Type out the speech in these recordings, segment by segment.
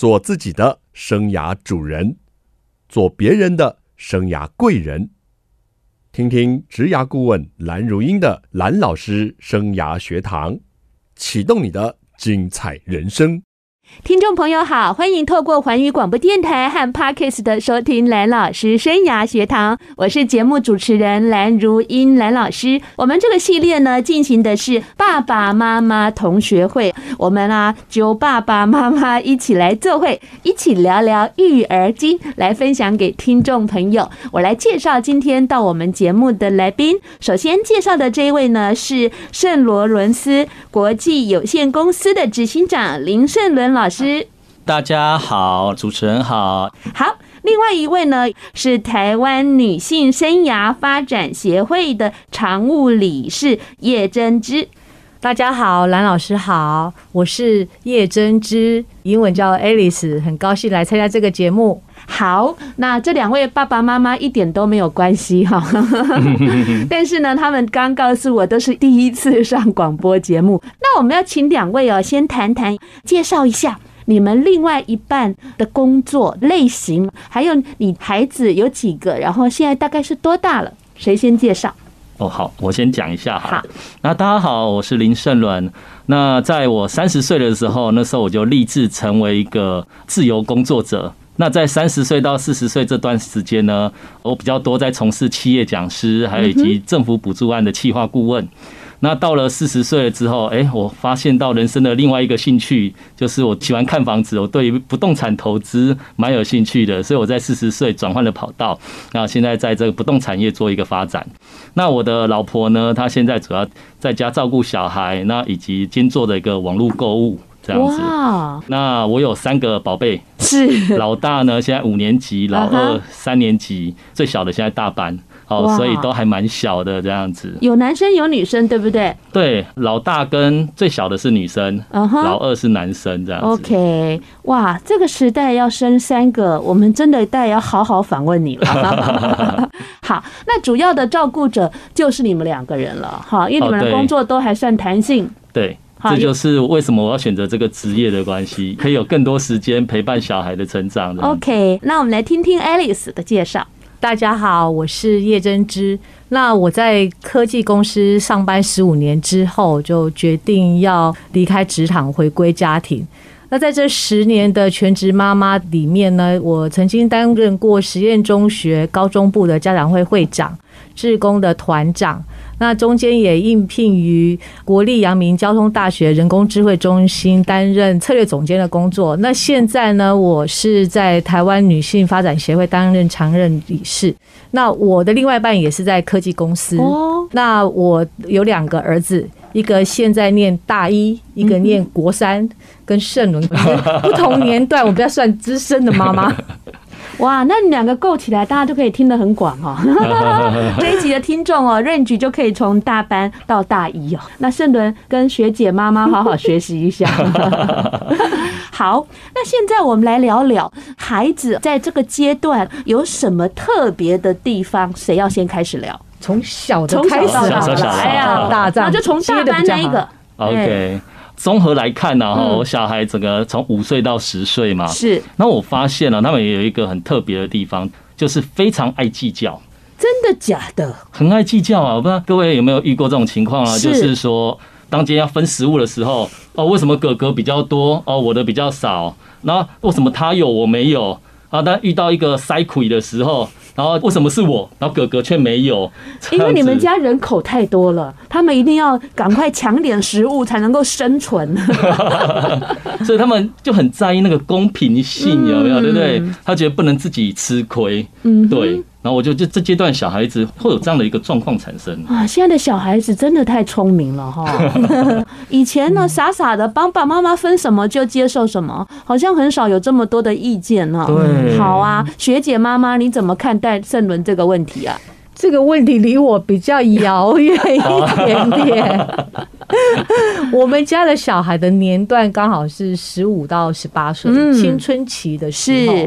做自己的生涯主人，做别人的生涯贵人。听听职涯顾问蓝如英的蓝老师生涯学堂，启动你的精彩人生。 听众朋友好，欢迎透过环宇广播电台和 Podcast 的收听蓝老师生涯学堂，我是节目主持人蓝如英蓝老师。我们这个系列呢进行的是爸爸妈妈同学会，我们揪爸爸妈妈一起来做会，一起聊聊育儿经，来分享给听众朋友。我来介绍今天到我们节目的来宾，首先介绍的这一位呢是圣罗伦斯国际有限公司的执行长林圣伦老师。 大家好，主持人好。 好，另外一位呢是台湾女性生涯发展协会的常务理事叶真之。 大家好，蓝老师好，我是叶真之，英文叫 Alice， 很高兴来参加这个节目。 好，那这两位爸爸妈妈一点都没有关系哈，但是呢，他们刚告诉我都是第一次上广播节目。那我们要请两位先谈谈，介绍一下你们另外一半的工作类型，还有你孩子有几个，然后现在大概是多大了？谁先介绍？ 好，我先讲一下好。那大家好，我是林圣伦。那在我30岁的时候，那时候我就立志成为一个自由工作者。那在30岁到40岁这段时间呢，我比较多在从事企业讲师，还有以及政府补助案的企划顾问。那到了40岁了之后，我发现到人生的另外一个兴趣，就是我喜欢看房子，我对于不动产投资蛮有兴趣的，所以我在40岁转换了跑道，那现在在这个不动产业做一个发展。那我的老婆呢，她现在主要在家照顾小孩，那以及兼做的一个网络购物这样子。那我有3个宝贝， 是老大呢现在5年级，老二3年级，最小的现在大班。所以都还蛮小的这样子， 有男生有女生，对不对？ 对，老大跟最小的是女生，老二是男生这样子。 OK， 哇，这个时代要生3个，我们真的要好好访问你了。好，那主要的照顾者就是你们2个人了，因为你们的工作都还算弹性。 对。这就是为什么我要选择这个职业的关系，可以有更多时间陪伴小孩的成长。 OK， 那我们来听听 Alice 的介绍。 大家好，我是叶真之。那我在科技公司上班15年之后，就决定要离开职场，回归家庭。那在这10年的全职妈妈里面呢，我曾经担任过实验中学高中部的家长会会长、志工的团长。那中间也应聘于国立阳明交通大学人工智慧中心担任策略总监的工作。那现在呢，我是在台湾女性发展协会担任常任理事。那我的另外一半也是在科技公司。那我有2个儿子，一个现在念大1，一个念国3，跟圣伦不同年段，我比较算资深的妈妈。 哇，那你2个够起来，大家就可以听得很广哦。这一集的听众range 就可以从大班到大1哦。那圣伦跟学姐妈妈好好学习一下。好，那现在我们来聊聊孩子在这个阶段有什么特别的地方，谁要先开始聊？ 从小的开始， 大那就从大班那一个。 OK。综合来看呢，我小孩整个从5岁到10岁嘛， 是。 那我发现了，他们也有一个很特别的地方，就是非常爱计较。 真的假的？ 很爱计较啊！我不知道各位有没有遇过这种情况啊？就是说，当今天要分食物的时候，为什么哥哥比较多，我的比较少？那为什么他有我没有？但遇到一个塞亏的时候，然后为什么是我，然后哥哥却没有？ 因为你们家人口太多了，他们一定要赶快抢点食物才能够生存。 所以他们就很在意那个公平性，有没有？对不对？他觉得不能自己吃亏，对。然后我就这阶段小孩子会有这样的一个状况产生啊！现在的小孩子真的太聪明了哈！以前呢，傻傻的帮爸妈妈分什么就接受什么，好像很少有这么多的意见呢。 对， 好啊，学姐妈妈，你怎么看待圣伦这个问题啊？ 这个问题离我比较遥远一点点。我们家的小孩的年段刚好是15到18岁，青春期的时候。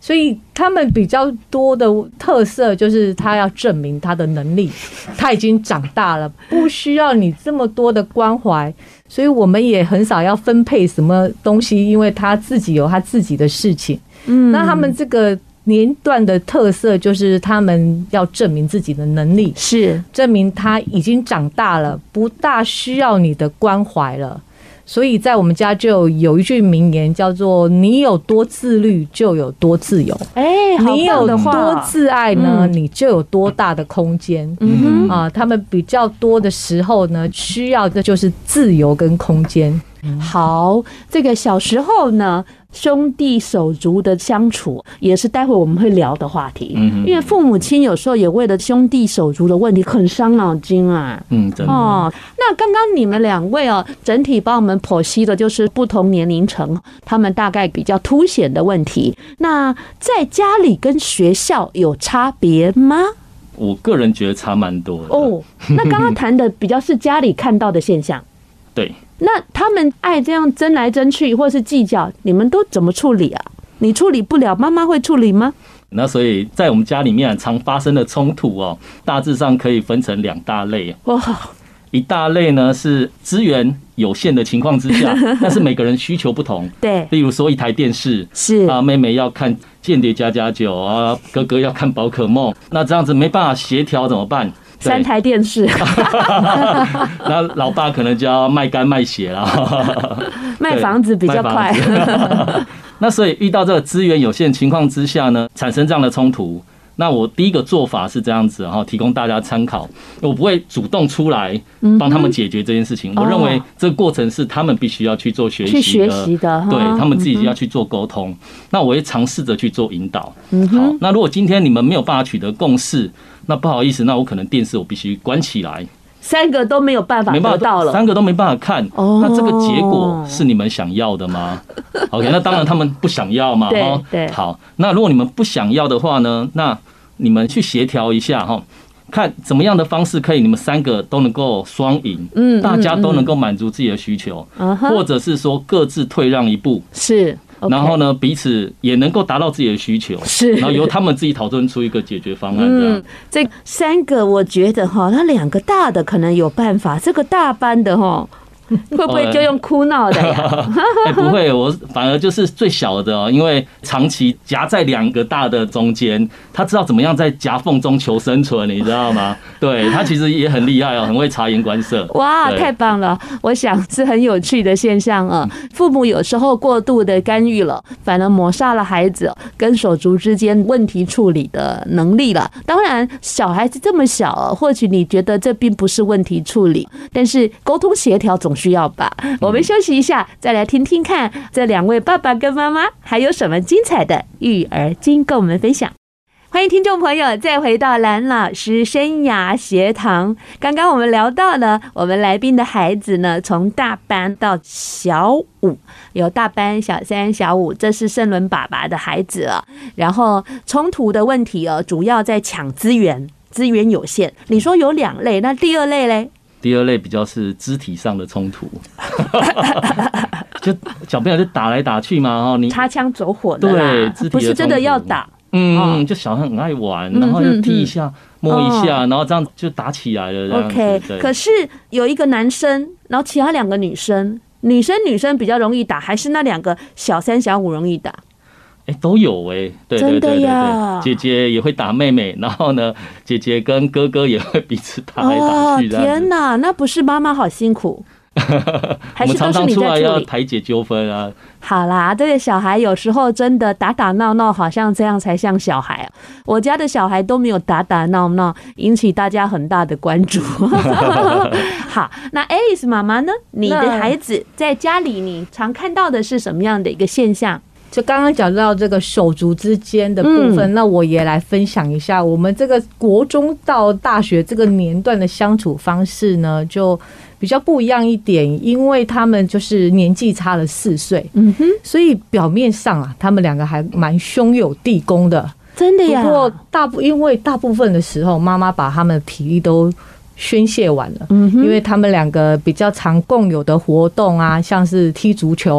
所以他们比较多的特色就是他要证明他的能力，他已经长大了，不需要你这么多的关怀，所以我们也很少要分配什么东西，因为他自己有他自己的事情。那他们这个年段的特色就是他们要证明自己的能力， 是证明他已经长大了，不大需要你的关怀了。所以在我们家就有一句名言叫做你有多自律就有多自由，你有多自爱呢，你就有多大的空间。他们比较多的时候呢，需要的就是自由跟空间。 好，这个小时候呢，兄弟手足的相处也是待会我们会聊的话题。因为父母亲有时候也为了兄弟手足的问题很伤脑筋啊。 真的。 那刚刚你们两位整体帮我们剖析的就是不同年龄层他们大概比较凸显的问题。那在家里跟学校有差别吗？ 我个人觉得差蛮多的。 那刚刚谈的比较是家里看到的现象。 对。 那他们爱这样争来争去或是计较，你们都怎么处理啊？你处理不了，妈妈会处理吗？ 那所以在我们家里面常发生的冲突大致上可以分成2大类。一大类呢是资源有限的情况之下，但是每个人需求不同。 对， 例如说一台电视是妹妹要看间谍++9啊，哥哥要看宝可梦，那这样子没办法协调怎么办 ？3台电视， 那老爸可能就要卖肝卖血啦， 卖房子比较快。 那所以遇到这个资源有限情况之下呢，产生这样的冲突。那我第一个做法是这样子，提供大家参考。我不会主动出来帮他们解决这件事情。我认为这个过程是他们必须要去做学习的，对他们自己要去做沟通。那我会尝试着去做引导。好，那如果今天你们没有办法取得共识，那不好意思，那我可能电视我必须关起来。 3个都没有办法得到了 ，3个都没办法看。那这个结果是你们想要的吗？OK， 那当然他们不想要嘛。 对。 好，那如果你们不想要的话呢，那你们去协调一下看怎么样的方式可以你们3个都能够双赢，大家都能够满足自己的需求，或者是说各自退让一步。 是。 然后呢，彼此也能够达到自己的需求， 是， 然后由他们自己讨论出一个解决方案。这样， 这3个我觉得那2个大的可能有办法，这个大班的会不会就用哭闹的呀？ 不会，我反而就是最小的因为长期夹在2个大的中间，他知道怎么样在夹缝中求生存，你知道吗？对，他其实也很厉害很会察言观色。 哇，太棒了！我想是很有趣的现象父母有时候过度的干预了，反而抹杀了孩子跟手足之间问题处理的能力了。当然，小孩子这么小或许你觉得这并不是问题处理，但是沟通协调总需要吧。我们休息一下，再来听听看这2位爸爸跟妈妈还有什么精彩的育儿经跟我们分享。欢迎听众朋友再回到蓝老师生涯学堂。刚刚我们聊到了我们来宾的孩子呢，从大班到小5，有大班、小3、小5，这是盛伦爸爸的孩子然后冲突的问题主要在抢资源有限。你说有2类，那第2类嘞？ 第2类比较是肢体上的冲突，就小朋友就打来打去嘛，你擦枪走火的啦， 对， 不是真的要打。 就小孩很爱玩，然后就踢一下、摸一下，然后这样就打起来了。 OK， 可是有一个男生，然后其他2个女生比较容易打，还是那2个小3、小5容易打？ 都有对， 真的呀！ 姐姐也会打妹妹，然后呢，姐姐跟哥哥也会彼此打来打去。 天哪，那不是妈妈好辛苦？还是我们常常出来要处理排解纠纷啊。 好啦，这个小孩有时候真的打打闹闹，好像这样才像小孩我家的小孩都没有打打闹闹，引起大家很大的关注。好，那 Alice 妈妈呢？你的孩子在家里，你常看到的是什么样的一个现象？ 就刚刚讲到这个手足之间的部分，那我也来分享一下我们这个国中到大学这个年段的相处方式呢，就比较不一样一点，因为他们就是年纪差了4岁，所以表面上他们2个还蛮兄友弟恭的， 真的呀。 不过因为大部分的时候，妈妈把他们的体力都宣泄完了，因为他们2个比较常共有的活动像是踢足球。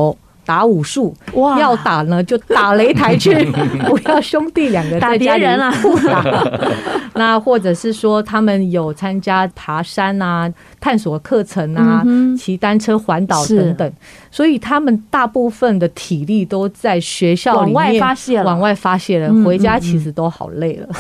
打武术， 哇要打呢就打擂台去，不要兄弟两个在家里互打。那或者是说他们有参加爬山啊、探索课程啊、骑单车环岛等等，所以他们大部分的体力都在学校里面往外发泄了，回家其实都好累了。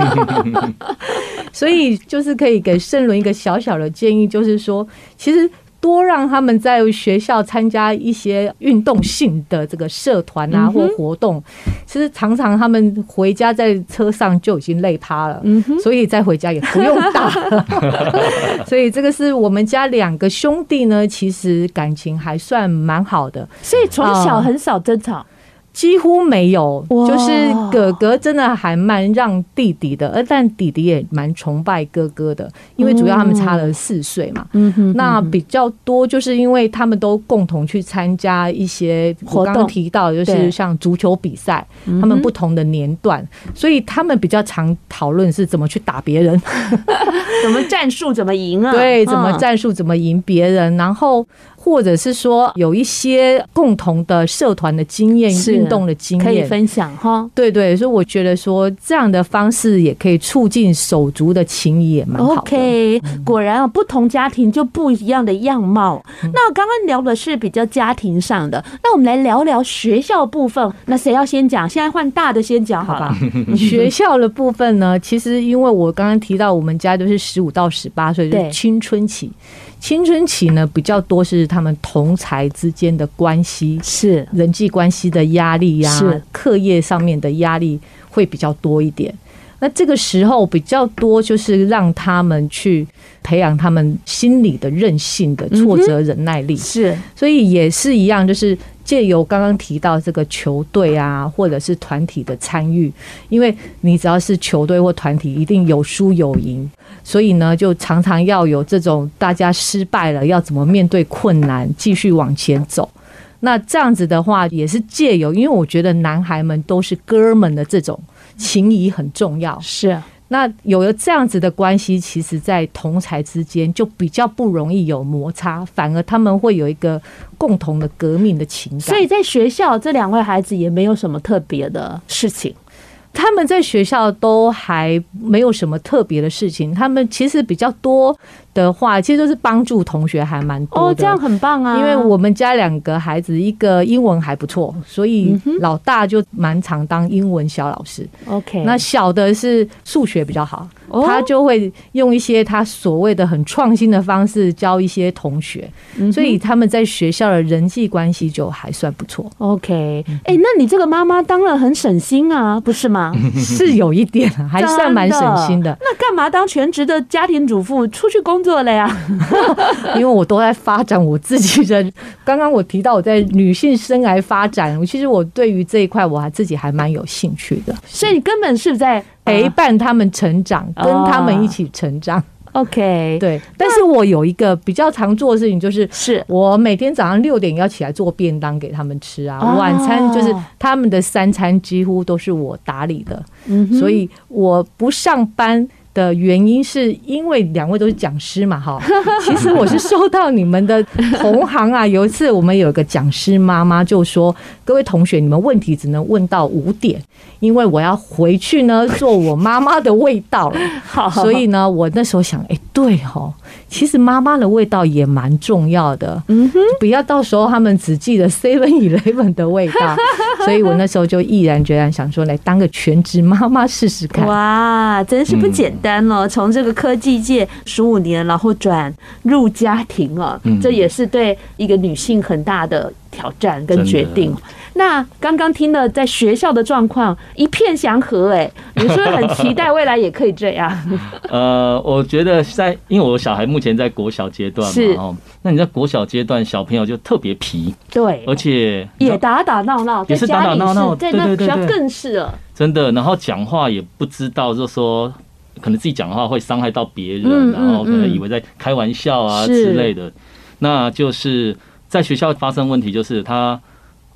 所以就是可以给盛伦一个小小的建议，就是说其实多让他们在学校参加一些运动性的这个社团啊或活动，其实常常他们回家在车上就已经累趴了，所以再回家也不用打了。所以这个是我们家2个兄弟呢，其实感情还算蛮好的， 所以从小很少争吵。 几乎没有，就是哥哥真的还蛮让弟弟的，但弟弟也蛮崇拜哥哥的，因为主要他们差了4岁嘛。那比较多就是因为他们都共同去参加一些我刚刚提到的，就是像足球比赛，他们不同的年段，所以他们比较常讨论是怎么去打别人， 怎么战术怎么赢啊？ 对，怎么战术怎么赢别人，然后或者是说有一些共同的社团的经验、运动的经验可以分享哈。 对对，所以我觉得说这样的方式也可以促进手足的情谊，也蛮好的。 OK， 果然啊，不同家庭就不一样的样貌。那刚刚聊的是比较家庭上的，那我们来聊聊学校部分。那谁要先讲？现在换大的先讲，好吧？ 学校的部分呢，其实因为我刚刚提到，我们家都是15到18岁，就是青春期。青春期呢，比较多是他们同侪之间的关系， 是人际关系的压力啊，课业上面的压力会比较多一点。那这个时候比较多就是让他们去培养他们心理的韧性的挫折忍耐力， 是， 所以也是一样，就是借由刚刚提到这个球队啊，或者是团体的参与，因为你只要是球队或团体，一定有输有赢，所以呢，就常常要有这种大家失败了要怎么面对困难，继续往前走。那这样子的话，也是借由，因为我觉得男孩们都是哥们的这种情谊很重要， 是。 那有了这样子的关系，其实在同侪之间就比较不容易有摩擦，反而他们会有一个共同的革命的情感。 所以在学校这2位孩子也没有什么特别的事情， 他们在学校都还没有什么特别的事情，他们其实比较多的话，其实都是帮助同学还蛮多的。 这样很棒啊！ 因为我们家2个孩子，一个英文还不错，所以老大就蛮常当英文小老师。 OK， 那小的是数学比较好，他就会用一些他所谓的很创新的方式教一些同学，所以他们在学校的人际关系就还算不错。 OK， 那你这个妈妈当然很省心啊，不是吗？ 是有一点，还算蛮省心的。 那干嘛当全职的家庭主妇出去工作了呀？ 因为我都在发展我自己的。刚刚我提到我在女性生涯发展，其实我对于这一块我自己还蛮有兴趣的。 所以你根本是在陪伴他们成长，跟他们一起成长。 OK， 对，但是我有一个比较常做的事情，就是我每天早上6点要起来做便当给他们吃啊，晚餐就是他们的3餐几乎都是我打理的，所以我不上班的原因是因为2位都是讲师嘛，哈。其实我是受到你们的同行啊，有一次我们有一个讲师妈妈就说：“各位同学，你们问题只能问到5点，因为我要回去呢做我妈妈的味道了。”所以呢，我那时候想，对齁，其实妈妈的味道也蛮重要的，不要到时候他们只记得 7-Eleven 的味道。所以我那时候就毅然决然想说，来当个全职妈妈试试看。 哇，真是不简单了！从这个科技界15年，然后转入家庭了，这也是对一个女性很大的挑战跟决定。那刚刚听了在学校的状况，一片祥和，你是不是很期待未来也可以这样？ 我觉得因为我小孩目前在国小阶段嘛，那你在国小阶段，小朋友就特别皮， 对， 而且也打打闹闹， 也是打打闹闹， 在那学校更是了， 真的。然后讲话也不知道，就说可能自己讲话会伤害到别人，然后可能以为在开玩笑啊之类的。那就是在学校发生问题，就是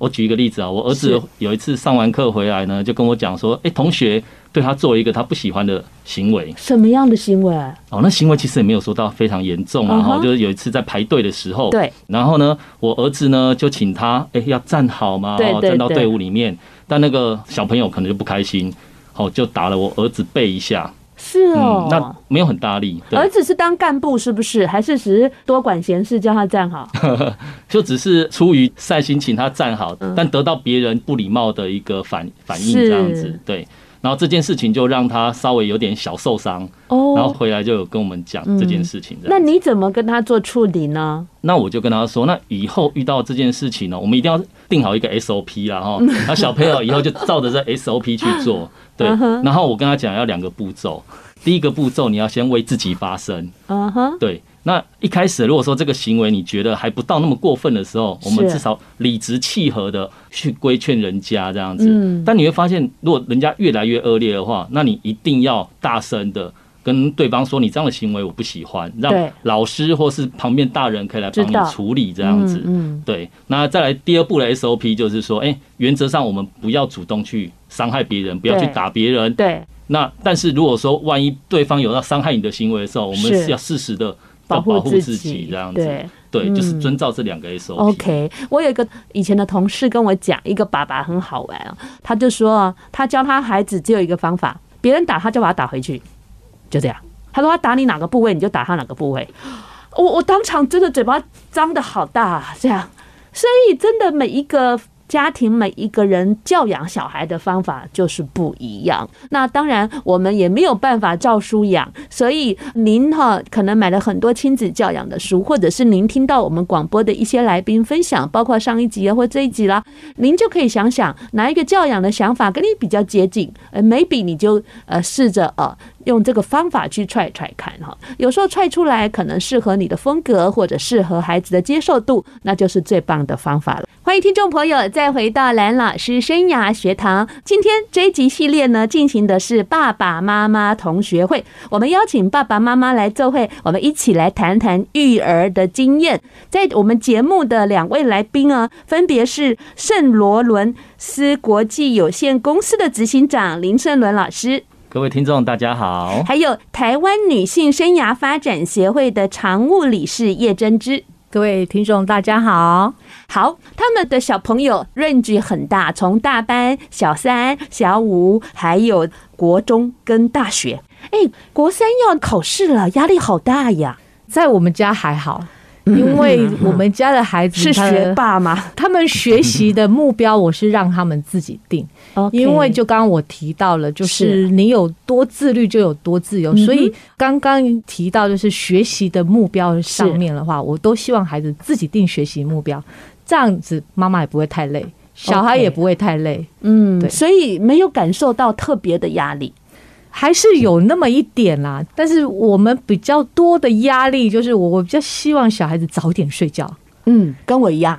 我举一个例子啊，我儿子有一次上完课回来呢，就跟我讲说，同学对他做了一个他不喜欢的行为。 什么样的行为？ 那行为其实也没有说到非常严重啊，就是有一次在排队的时候， 对， 然后呢，我儿子呢就请他，要站好嘛，站到队伍里面，但那个小朋友可能就不开心，就打了我儿子背一下。 是哦， 那没有很大力。 儿子是当干部是不是？还是只是多管闲事叫他站好？ 就只是出于善心请他站好，但得到别人不礼貌的一个反应这样子，对。然后这件事情就让他稍微有点小受伤，然后回来就有跟我们讲这件事情。 那你怎么跟他做处理呢？ 那我就跟他说，那以后遇到这件事情呢，我们一定要定好一个 SOP 啦哈。那小朋友以后就照着这 SOP 去做，对。然后我跟他讲要2个步骤，第一个步骤你要先为自己发声，对。那一开始如果说这个行为你觉得还不到那么过分的时候，我们至少理直气和的去规劝人家这样子。但你会发现，如果人家越来越恶劣的话，那你一定要大声的跟对方说，你这样的行为我不喜欢，让老师或是旁边大人可以来帮你处理这样子。对。那再来第2步的 SOP 就是说，原则上我们不要主动去伤害别人，不要去打别人。 对。 那但是如果说万一对方有要伤害你的行为的时候，我们是要适时的保护自己这样子。对，就是遵照这2个 SOP。 OK， 我有一个以前的同事跟我讲，一个爸爸很好玩啊，他就说他教他孩子只有一个方法，别人打他就把他打回去，就这样。他说他打你哪个部位，你就打他哪个部位。我当场真的嘴巴张得好大啊，这样。所以真的每一个家庭每一个人教养小孩的方法就是不一样，那当然我们也没有办法照书养，所以您可能买了很多亲子教养的书，或者是您听到我们广播的一些来宾分享，包括上一集或这一集啦，您就可以想想哪一个教养的想法跟你比较接近，maybe 你就试着用这个方法去踹看哈，有时候踹出来可能适合你的风格，或者适合孩子的接受度，那就是最棒的方法了。欢迎听众朋友再回到蓝老师生涯学堂，今天这一集系列呢，进行的是爸爸妈妈同学会，我们邀请爸爸妈妈来做会，我们一起来谈谈育儿的经验。在我们节目的2位来宾分别是圣罗伦斯国际有限公司的执行长林圣伦老师。 各位听众大家好。 还有台湾女性生涯发展协会的常务理事叶真之。 各位听众大家好。 好，他们的小朋友 range 很大，从大班、小3、小5，还有国中跟大学。国3要考试了，压力好大呀。 在我们家还好，因为我们家的孩子是学霸吗？ 他们学习的目标我是让他们自己定，因为就刚刚我提到了，就是你有多自律就有多自由，所以刚刚提到就是学习的目标上面的话，我都希望孩子自己定学习目标，这样子妈妈也不会太累，小孩也不会太累。 对，所以没有感受到特别的压力。 还是有那么一点啦，但是我们比较多的压力就是我比较希望小孩子早一点睡觉。 跟我一样。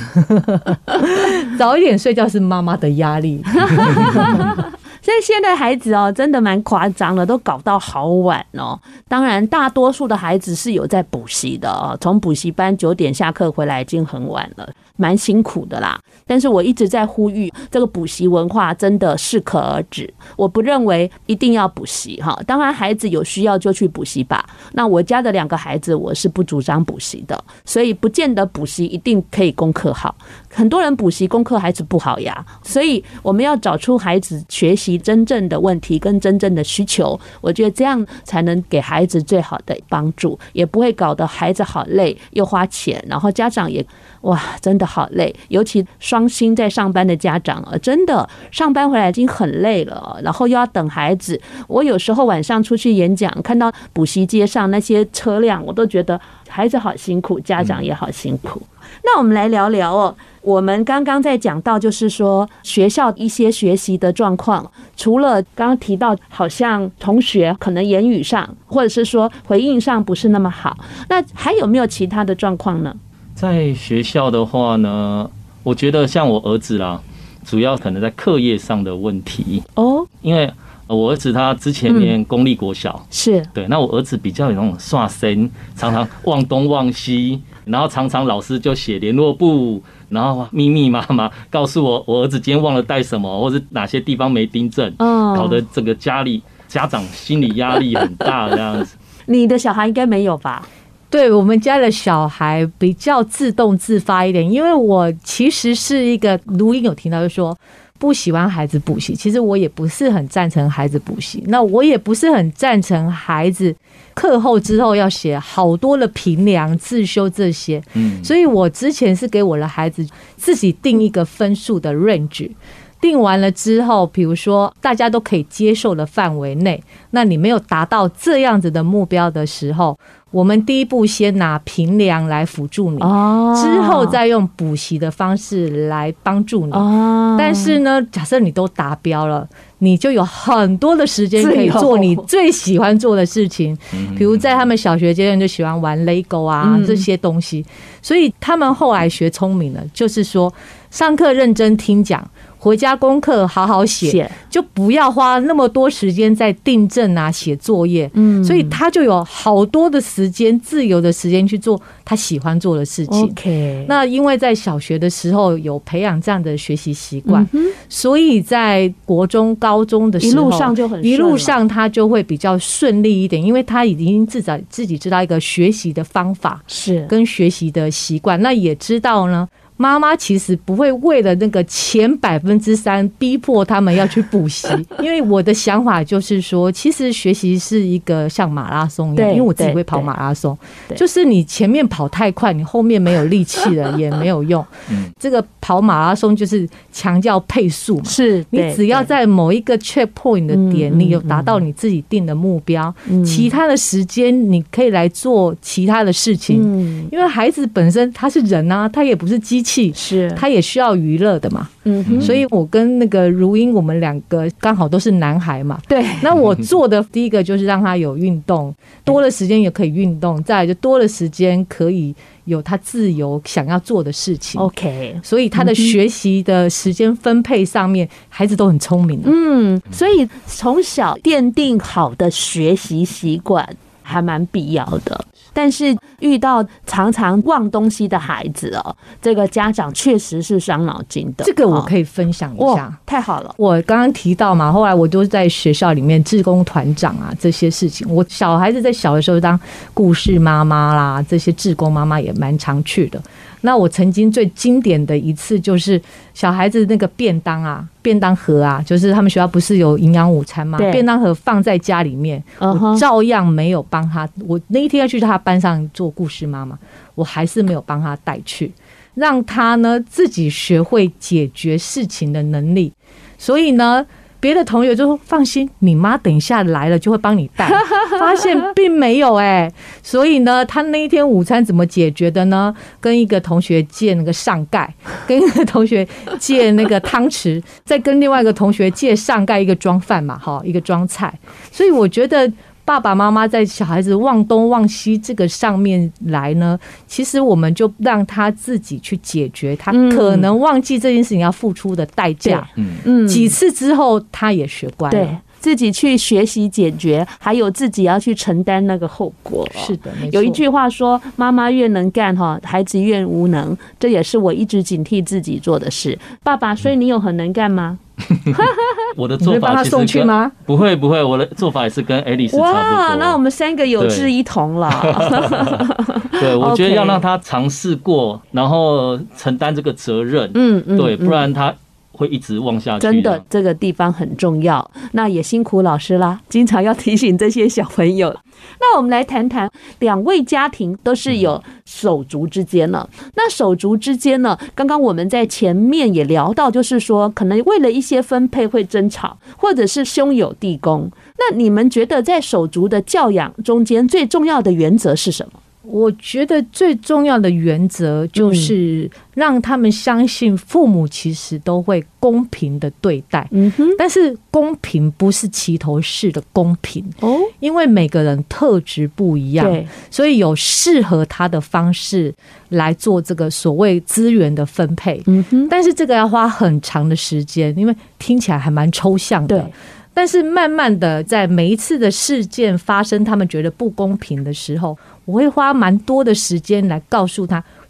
早一点睡觉是妈妈的压力。 所以现在孩子真的蛮夸张的，都搞到好晚哦。当然大多数的孩子是有在补习的从补习班9点下课回来已经很晚了，蛮辛苦的啦。但是我一直在呼吁，这个补习文化真的适可而止，我不认为一定要补习当然孩子有需要就去补习吧。那我家的2个孩子我是不主张补习的，所以不见得补习一定可以功课好，很多人补习功课还是不好呀。所以我们要找出孩子学习真正的问题跟真正的需求，我觉得这样才能给孩子最好的帮助，也不会搞得孩子好累又花钱，然后家长也真的好累，尤其双薪在上班的家长真的上班回来已经很累了，然后又要等孩子。我有时候晚上出去演讲，看到补习街上那些车辆，我都觉得孩子好辛苦，家长也好辛苦。那我们来聊聊我们刚刚在讲到就是说学校一些学习的状况，除了刚刚提到好像同学可能言语上或者是说回应上不是那么好，那还有没有其他的状况呢？ 在学校的话呢，我觉得像我儿子啦，主要可能在课业上的问题因为我儿子他之前念公立国小， 是对，那我儿子比较有那种耍身，常常忘东忘西，然后常常老师就写联络簿， 然后密密麻麻告诉我儿子今天忘了带什么，或是哪些地方没订正，搞得这个家长心理压力很大这样子。 你的小孩应该没有吧？ 对，我们家的小孩比较自动自发一点，因为我其实是一个录音有听到就说不喜欢孩子补习，其实我也不是很赞成孩子补习，那我也不是很赞成孩子课后之后要写好多的评量自修这些，所以我之前是给我的孩子自己定一个分数的 range。定完了之后，比如说大家都可以接受的范围内，那你没有达到这样子的目标的时候，我们第一步先拿评量来辅助你，之后再用补习的方式来帮助你。但是呢，假设你都达标了，你就有很多的时间可以做你最喜欢做的事情，比如在他们小学阶段就喜欢玩 Lego 啊这些东西，所以他们后来学聪明了，就是说上课认真听讲，回家功课好好写，就不要花那么多时间在订正啊写作业，所以他就有好多的时间，自由的时间去做他喜欢做的事情。那因为在小学的时候有培养这样的学习习惯，所以在国中高中的时候一路上他就会比较顺利一点，因为他已经自己知道一个学习的方法是跟学习的习惯，那也知道呢妈妈其实不会为了那个前3%逼迫他们要去补习，因为我的想法就是说，其实学习是一个像马拉松一样，因为我自己会跑马拉松，就是你前面跑太快，你后面没有力气了也没有用。这个跑马拉松就是强调配速嘛，是你只要在某一个 checkpoint 的点，你有达到你自己定的目标，其他的时间你可以来做其他的事情。因为孩子本身他是人啊，他也不是机器。是，他也需要娱乐的嘛。所以我跟那个如英，我们两个刚好都是男孩嘛。对，那我做的第一个就是让他有运动，多的时间也可以运动，再来就多的时间可以有他自由想要做的事情。OK， 所以他的学习的时间分配上面，孩子都很聪明。 所以从小奠定好的学习习惯还蛮必要的。但是遇到常常忘东西的孩子这个家长确实是伤脑筋的。 这个我可以分享一下。 太好了， 我刚刚提到嘛，后来我都在学校里面志工团长啊这些事情，我小孩子在小的时候当故事妈妈啦，这些志工妈妈也蛮常去的。那我曾经最经典的一次就是小孩子那个便当盒啊，就是他们学校不是有营养午餐吗？便当盒放在家里面，我照样没有帮他。我那一天要去他班上做故事妈妈，我还是没有帮他带去，让他呢自己学会解决事情的能力。所以呢，别的同学就说放心，你妈等一下来了就会帮你带，发现并没有所以呢，他那一天午餐怎么解决的呢？跟一个同学借那个上盖，跟一个同学借那个汤匙，再跟另外一个同学借上盖，一个装饭嘛，一个装菜。所以我觉得爸爸妈妈在小孩子忘东忘西这个上面来呢，其实我们就让他自己去解决他可能忘记这件事情要付出的代价。几次之后他也学乖了。对，自己去学习解决，还有自己要去承担那个后果。是的，没错。有一句话说，妈妈越能干孩子越无能，这也是我一直警惕自己做的事。爸爸，所以你有很能干吗？ 我的做法其实跟，你会帮他送去吗？不会，我的做法也是跟 Alice 差不多。哇， 那我们3个有志一同了。 对，我觉得要让他尝试过，然后承担这个责任。对，不然他会一直忘下去。真的，这个地方很重要。那也辛苦老师啦，经常要提醒这些小朋友。那我们来谈谈2位家庭都是有手足之间了。那手足之间呢，刚刚我们在前面也聊到，就是说可能为了一些分配会争吵，或者是兄友弟恭。那你们觉得在手足的教养中间最重要的原则是什么？我觉得最重要的原则就是让他们相信父母其实都会公平的对待。但是公平不是齐头式的公平，因为每个人特质不一样，所以有适合他的方式来做这个所谓资源的分配。但是这个要花很长的时间，因为听起来还蛮抽象的。但是慢慢的在每一次的事件发生他们觉得不公平的时候，我会花蛮多的时间来告诉他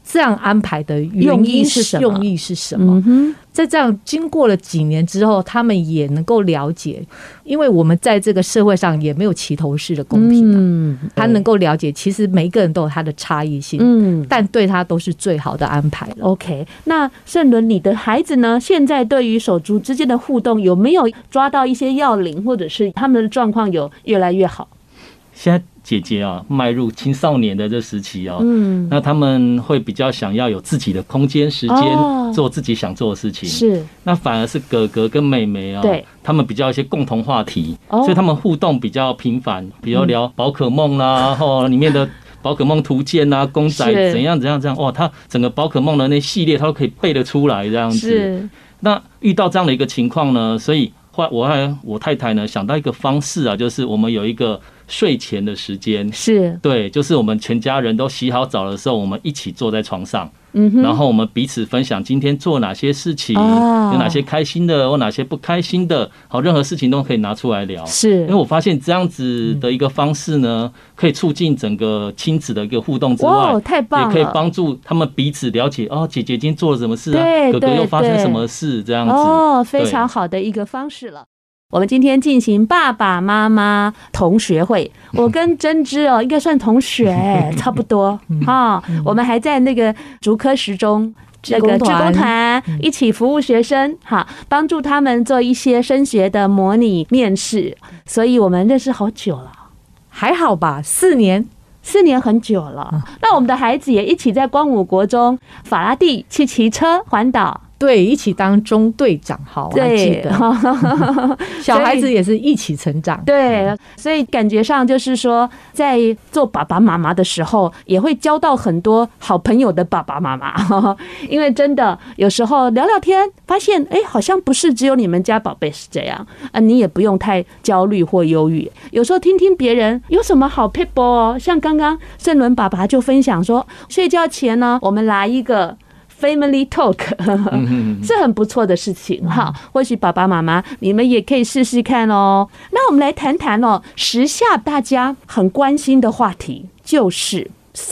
这样安排的用意是什么？在这样经过了几年之后，他们也能够了解，因为我们在这个社会上也没有齐头式的公平他能够了解，其实每一个人都有他的差异性，但对他都是最好的安排了。 OK， 那盛伦，你的孩子呢？现在对于手足之间的互动，有没有抓到一些要领，或者是他们的状况有越来越好？ 现在姐姐啊，迈入青少年的这时期哦，那他们会比较想要有自己的空间、时间，做自己想做的事情。 是， 那反而是哥哥跟妹妹啊， 对， 他们比较一些共同话题，所以他们互动比较频繁，比如聊宝可梦啦，里面的宝可梦图鉴啊，公仔怎样，哇，他整个宝可梦的那系列他都可以背得出来这样子。那遇到这样的一个情况呢，所以我太太呢想到一个方式啊，就是我们有一个睡前的时间， 是对， 就是我们全家人都洗好澡的时候，我们一起坐在床上，然后我们彼此分享今天做哪些事情，有哪些开心的或哪些不开心的，好，任何事情都可以拿出来聊。是，因为我发现这样子的一个方式呢，可以促进整个亲子的一个互动之外， 太棒了， 也可以帮助他们彼此了解姐姐今天做了什么事啊，哥哥又发生什么事，这样子非常好的一个方式了。我们今天进行爸爸妈妈同学会，我跟珍芝应该算同学差不多我们还在那个竹科十中这个志工团一起服务学生，帮助他们做一些升学的模拟面试，所以我们认识好久了。 还好吧，4年很久了。那我们的孩子也一起在光武国中法拉第去骑车环岛， 对，一起当中队长，好，我还记得。小孩子也是一起成长， 对，所以感觉上就是说，在做爸爸妈妈的时候，也会交到很多好朋友的爸爸妈妈。因为真的有时候聊聊天，发现好像不是只有你们家宝贝是这样你也不用太焦虑或忧郁。有时候听听别人有什么好撇步像刚刚盛伦爸爸就分享说，睡觉前呢，我们来一个Family Talk 是很不错的事情哈，或许爸爸妈妈你们也可以试试看哦。那我们来谈谈时下大家很关心的话题，就是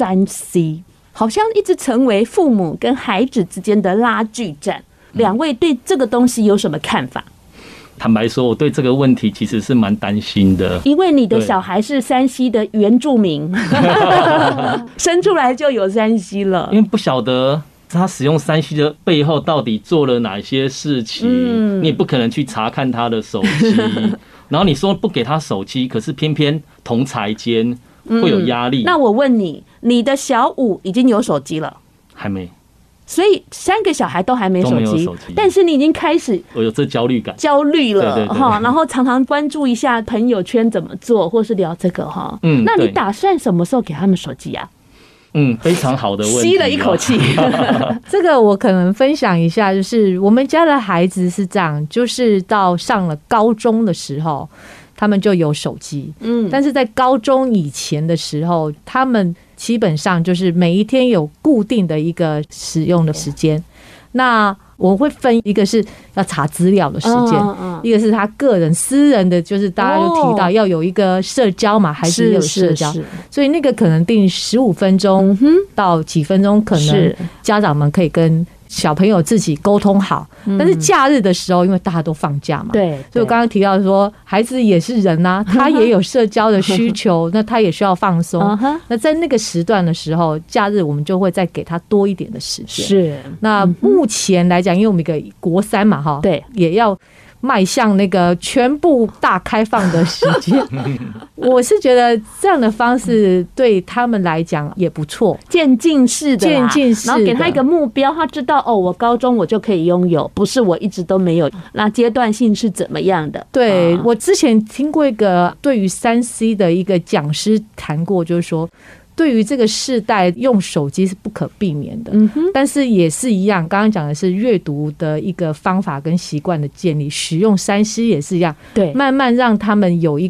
3C， 好像一直成为父母跟孩子之间的拉锯战。两位对这个东西有什么看法？ 坦白说，我对这个问题其实是蛮担心的， 因为你的小孩是3C 的原住民，生出来就有3C 了， 因为不晓得他使用3C 的背后到底做了哪些事情，你也不可能去查看他的手机。然后你说不给他手机，可是偏偏同侪间会有压力。 那我问你，你的小5已经有手机了？ 还没。 所以3个小孩都还没手机，但是你已经开始我有这焦虑感， 焦虑了对， 然后常常关注一下朋友圈怎么做，或是聊这个那你打算什么时候给他们手机啊？ 非常好的问题， 吸了一口气。 这个我可能分享一下，就是我们家的孩子是这样，就是到上了高中的时候，他们就有手机，但是在高中以前的时候，他们基本上就是每一天有固定的一个使用的时间。那我会分一个是要查资料的时间，一个是他个人私人的，就是大家就提到要有一个社交嘛，还是有社交，所以那个可能定15分钟到几分钟，可能家长们可以跟小朋友自己沟通好，但是假日的时候，因为大家都放假嘛，对，所以我刚刚提到说，孩子也是人啊，他也有社交的需求，那他也需要放松。那在那个时段的时候，假日我们就会再给他多一点的时间。是，那目前来讲，因为我们一个国3嘛，哈，对，也要迈向那个全部大开放的时间，我是觉得这样的方式对他们来讲也不错， 渐进式的，然后给他一个目标，他知道我高中我就可以拥有，不是我一直都没有，那阶段性是怎么样的？ 对，我之前听过一个对于3C 的一个讲师谈过，就是说，对于这个世代用手机是不可避免的，但是也是一样，刚刚讲的是阅读的一个方法跟习惯的建立，使用3C 也是一样，对，慢慢让他们有一个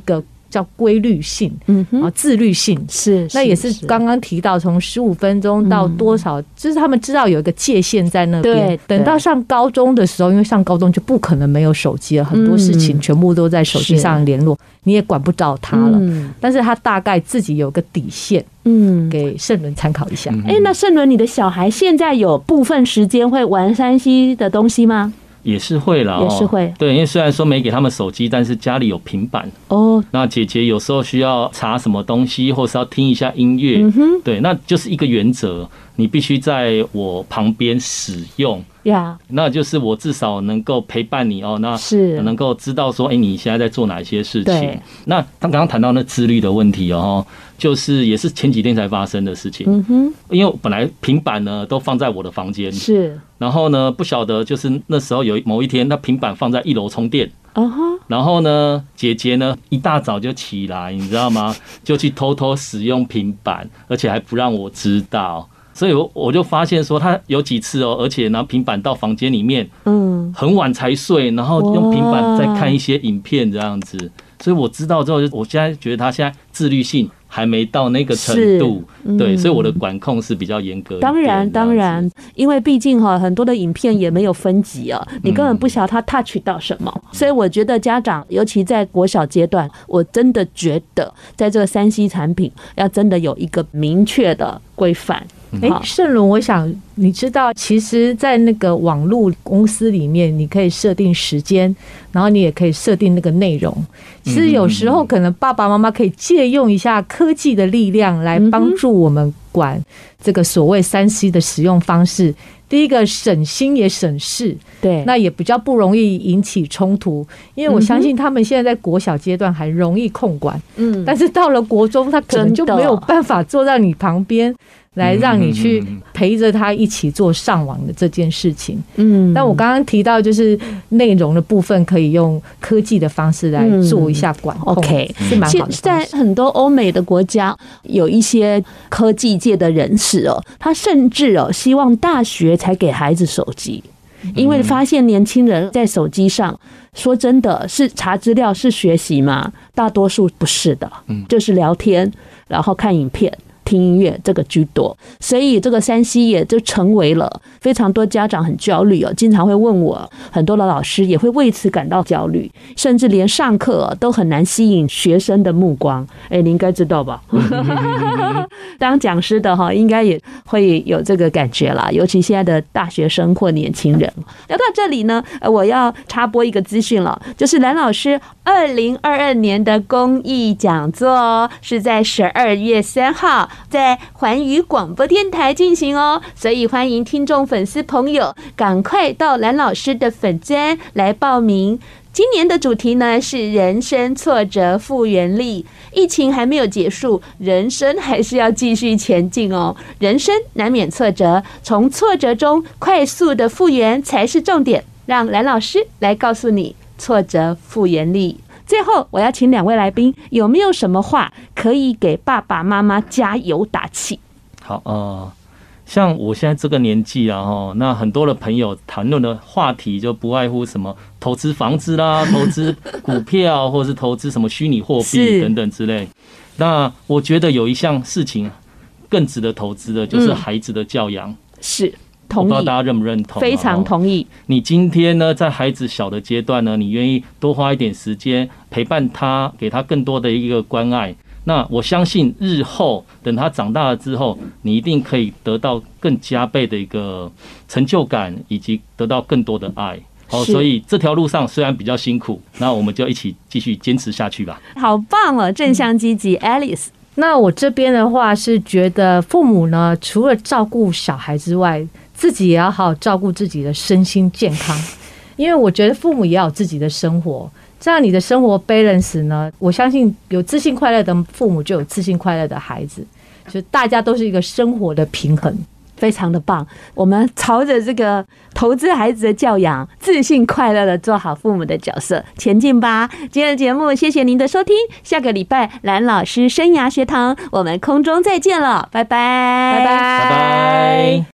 叫规律性，自律性是， 那也是刚刚提到从15分钟到多少，就是他们知道有一个界限在那边。 对， 等到上高中的时候，因为上高中就不可能没有手机了，很多事情全部都在手机上联络，你也管不着他了。但是他大概自己有个底线，给盛伦参考一下。 那盛伦，你的小孩现在有部分时间会玩3C 的东西吗？ 也是会啦， 也是会。 对，因为虽然说没给他们手机，但是家里有平板哦。那姐姐有时候需要查什么东西，或是要听一下音乐，对，那就是一个原则，你必须在我旁边使用。那就是我至少能够陪伴你哦，那是能够知道说，你现在在做哪些事情。那他刚刚谈到那自律的问题哦，就是也是前几天才发生的事情。因为本来平板呢都放在我的房间，是，然后呢不晓得就是那时候有某一天，那平板放在1楼充电。然后呢，姐姐呢一大早就起来，你知道吗？就去偷偷使用平板，而且还不让我知道。所以我就发现说，他有几次哦，而且拿平板到房间里面，很晚才睡，然后用平板再看一些影片这样子。所以我知道之后，我现在觉得他现在自律性还没到那个程度，对，所以我的管控是比较严格一点。 当然，因为毕竟很多的影片也没有分级啊，你根本不晓得他 touch 到什么。所以我觉得家长，尤其在国小阶段，我真的觉得在这个3C 产品要真的有一个明确的规范。 盛伦，我想你知道，其实在那个网络公司里面，你可以设定时间，然后你也可以设定那个内容。其实有时候可能爸爸妈妈可以借用一下科技的力量来帮助我们管这个所谓3C 的使用方式。第一个省心也省事，对，那也比较不容易引起冲突，因为我相信他们现在在国小阶段还容易控管，但是到了国中，他可能就没有办法坐在你旁边来让你去陪着他一起做上网的这件事情。但我刚刚提到就是内容的部分可以用科技的方式来做一下管控，是蛮好的。 在很多欧美的国家，有一些科技界的人士他甚至希望大学才给孩子手机，因为发现年轻人在手机上，说真的是查资料是学习吗？大多数不是的，就是聊天，然后看影片。听音乐这个居多，所以这个3C也就成为了非常多家长很焦虑经常会问我，很多的老师也会为此感到焦虑，甚至连上课都很难吸引学生的目光。你应该知道吧？当讲师的应该也会有这个感觉啦，尤其现在的大学生或年轻人。聊到这里呢，我要插播一个资讯了，就是蓝老师2022年的公益讲座是在12月3号。在环宇广播电台进行所以欢迎听众粉丝朋友赶快到蓝老师的粉专来报名。今年的主题呢是人生挫折复原力，疫情还没有结束，人生还是要继续前进人生难免挫折，从挫折中快速的复原才是重点，让蓝老师来告诉你挫折复原力。最后我要请2位来宾，有没有什么话可以给爸爸妈妈加油打气？ 好，像我现在这个年纪啊，那很多的朋友谈论的话题就不外乎什么投资房子啦、投资股票，或是投资什么虚拟货币等等之类。那我觉得有一项事情更值得投资的，就是孩子的教养。 是。 我不知道大家认不认同？ 非常同意。 你今天呢，在孩子小的阶段呢，你愿意多花一点时间陪伴他，给他更多的一个关爱。那我相信日后等他长大了之后，你一定可以得到更加倍的一个成就感，以及得到更多的爱。所以这条路上虽然比较辛苦，那我们就一起继续坚持下去吧。 好棒正向积极 ，Alice。 那我这边的话是觉得父母呢，除了照顾小孩之外，自己也要好好照顾自己的身心健康，因为我觉得父母也要有自己的生活，这样你的生活 balance 呢，我相信有自信快乐的父母就有自信快乐的孩子，就大家都是一个生活的平衡。 非常的棒，我们朝着这个投资孩子的教养，自信快乐的做好父母的角色前进吧。今天的节目谢谢您的收听，下个礼拜蓝老师生涯学堂我们空中再见了，拜拜拜拜。